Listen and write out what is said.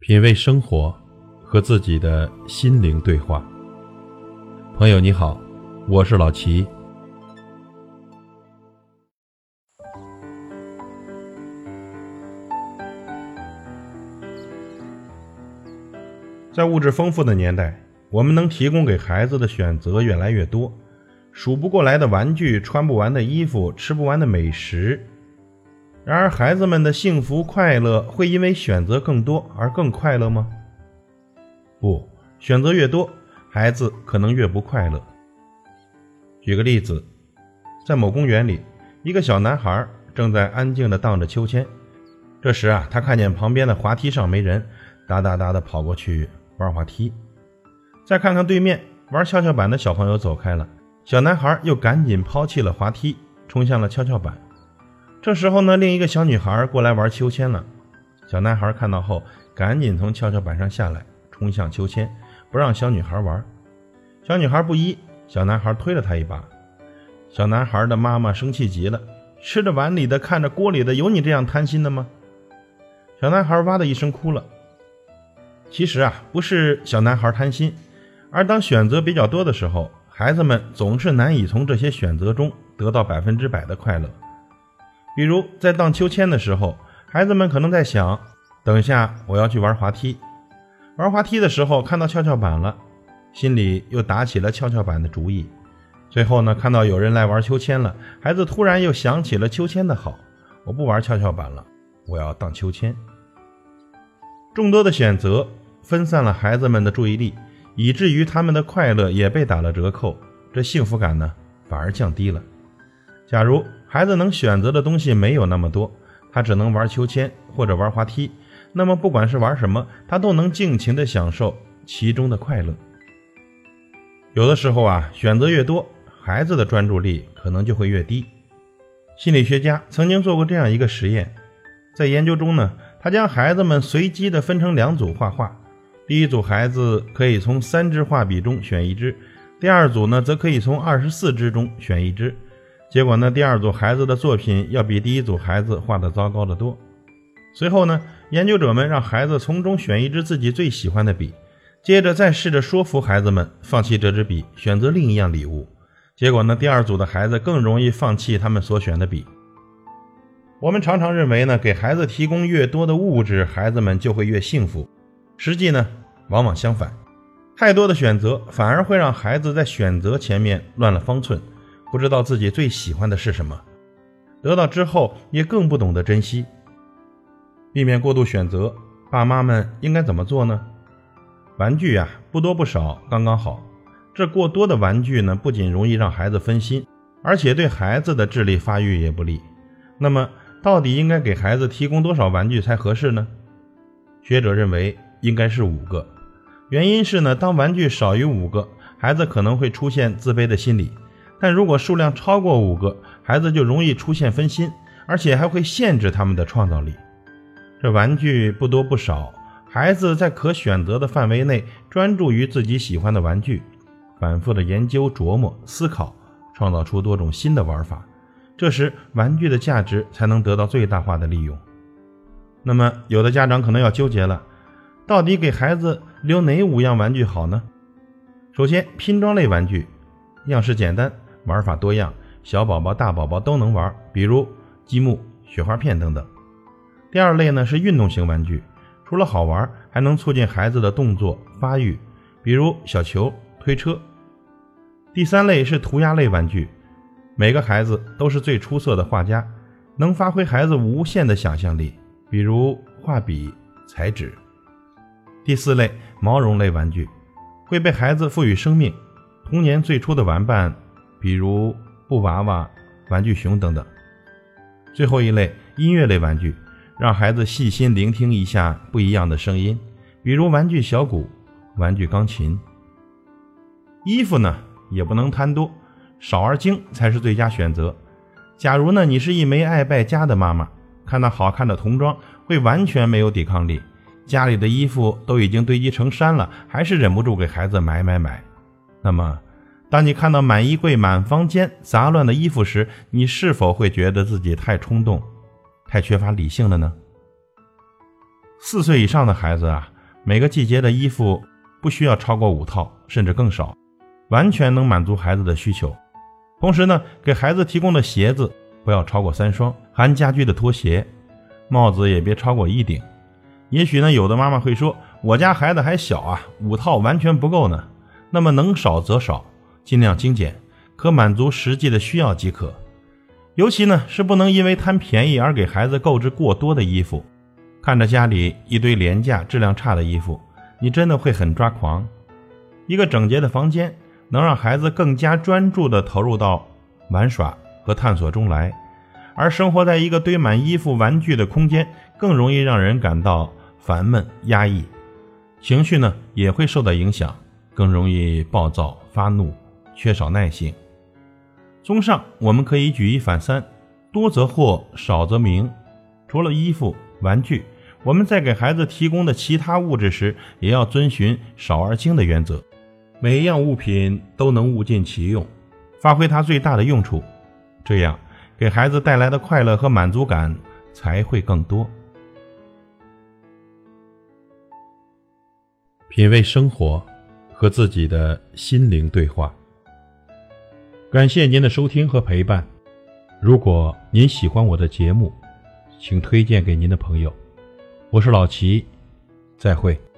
品味生活，和自己的心灵对话。朋友你好，我是老齐。在物质丰富的年代，我们能提供给孩子的选择越来越多，数不过来的玩具，穿不完的衣服，吃不完的美食。然而孩子们的幸福快乐会因为选择更多而更快乐吗？不，选择越多，孩子可能越不快乐。举个例子，在某公园里，一个小男孩正在安静地荡着秋千。这时他看见旁边的滑梯上没人，哒哒哒地跑过去玩滑梯。再看看对面玩跷跷板的小朋友走开了，小男孩又赶紧抛弃了滑梯，冲向了跷跷板。这时候呢，另一个小女孩过来玩秋千了。小男孩看到后，赶紧从跷跷板上下来，冲向秋千，不让小女孩玩。小女孩不依，小男孩推了她一把。小男孩的妈妈生气极了，吃着碗里的，看着锅里的，有你这样贪心的吗？小男孩哇的一声哭了。其实不是小男孩贪心，而当选择比较多的时候，孩子们总是难以从这些选择中得到100%的快乐。比如在荡秋千的时候，孩子们可能在想，等一下我要去玩滑梯。玩滑梯的时候看到跷跷板了，心里又打起了跷跷板的主意。最后呢，看到有人来玩秋千了，孩子突然又想起了秋千的好，我不玩跷跷板了，我要荡秋千。众多的选择分散了孩子们的注意力，以至于他们的快乐也被打了折扣，这幸福感呢反而降低了。假如孩子能选择的东西没有那么多，他只能玩秋千或者玩滑梯，那么不管是玩什么，他都能尽情地享受其中的快乐。有的时候选择越多，孩子的专注力可能就会越低。心理学家曾经做过这样一个实验，在研究中呢，他将孩子们随机地分成2组画画，第一组孩子可以从3支画笔中选1支，第二组呢则可以从24支中选1支。结果呢，第二组孩子的作品要比第一组孩子画得糟糕得多。随后呢，研究者们让孩子从中选1支自己最喜欢的笔，接着再试着说服孩子们放弃这支笔，选择另一样礼物。结果呢，第二组的孩子更容易放弃他们所选的笔。我们常常认为呢，给孩子提供越多的物质，孩子们就会越幸福。实际呢，往往相反，太多的选择反而会让孩子在选择前面乱了方寸，不知道自己最喜欢的是什么，得到之后也更不懂得珍惜。避免过度选择，爸妈们应该怎么做呢？玩具不多不少，刚刚好。这过多的玩具呢，不仅容易让孩子分心，而且对孩子的智力发育也不利。那么到底应该给孩子提供多少玩具才合适呢？学者认为应该是5个。原因是呢，当玩具少于5个，孩子可能会出现自卑的心理，但如果数量超过5个，孩子就容易出现分心，而且还会限制他们的创造力。这玩具不多不少，孩子在可选择的范围内专注于自己喜欢的玩具，反复的研究琢磨思考，创造出多种新的玩法，这时玩具的价值才能得到最大化的利用。那么有的家长可能要纠结了，到底给孩子留哪5样玩具好呢？首先，拼装类玩具，样式简单，玩法多样，小宝宝大宝宝都能玩，比如积木、雪花片等等。第二类呢是运动型玩具，除了好玩，还能促进孩子的动作发育，比如小球、推车。第三类是涂鸦类玩具，每个孩子都是最出色的画家，能发挥孩子无限的想象力，比如画笔、彩纸。第四类毛绒类玩具，会被孩子赋予生命，童年最初的玩伴，比如布娃娃、玩具熊等等。最后一类音乐类玩具，让孩子细心聆听一下不一样的声音，比如玩具小鼓、玩具钢琴。衣服呢也不能贪多，少而精才是最佳选择。假如呢你是一枚爱败家的妈妈，看到好看的童装会完全没有抵抗力，家里的衣服都已经堆积成山了，还是忍不住给孩子买。那么当你看到满衣柜满房间杂乱的衣服时，你是否会觉得自己太冲动，太缺乏理性了呢？4岁以上的孩子每个季节的衣服不需要超过5套，甚至更少，完全能满足孩子的需求。同时呢，给孩子提供的鞋子不要超过3双，含家居的拖鞋，帽子也别超过1顶。也许呢，有的妈妈会说，我家孩子还小啊，5套完全不够呢。那么能少则少，尽量精简，可满足实际的需要即可。尤其呢，是不能因为贪便宜而给孩子购置过多的衣服。看着家里一堆廉价质量差的衣服，你真的会很抓狂。一个整洁的房间能让孩子更加专注地投入到玩耍和探索中来，而生活在一个堆满衣服玩具的空间更容易让人感到烦闷压抑，情绪呢也会受到影响，更容易暴躁发怒，缺少耐性。综上，我们可以举一反三，多则惑，少则明。除了衣服玩具，我们在给孩子提供的其他物质时，也要遵循少而精的原则，每一样物品都能物尽其用，发挥它最大的用处，这样给孩子带来的快乐和满足感才会更多。品味生活，和自己的心灵对话。感谢您的收听和陪伴。如果您喜欢我的节目，请推荐给您的朋友。我是老齐，再会。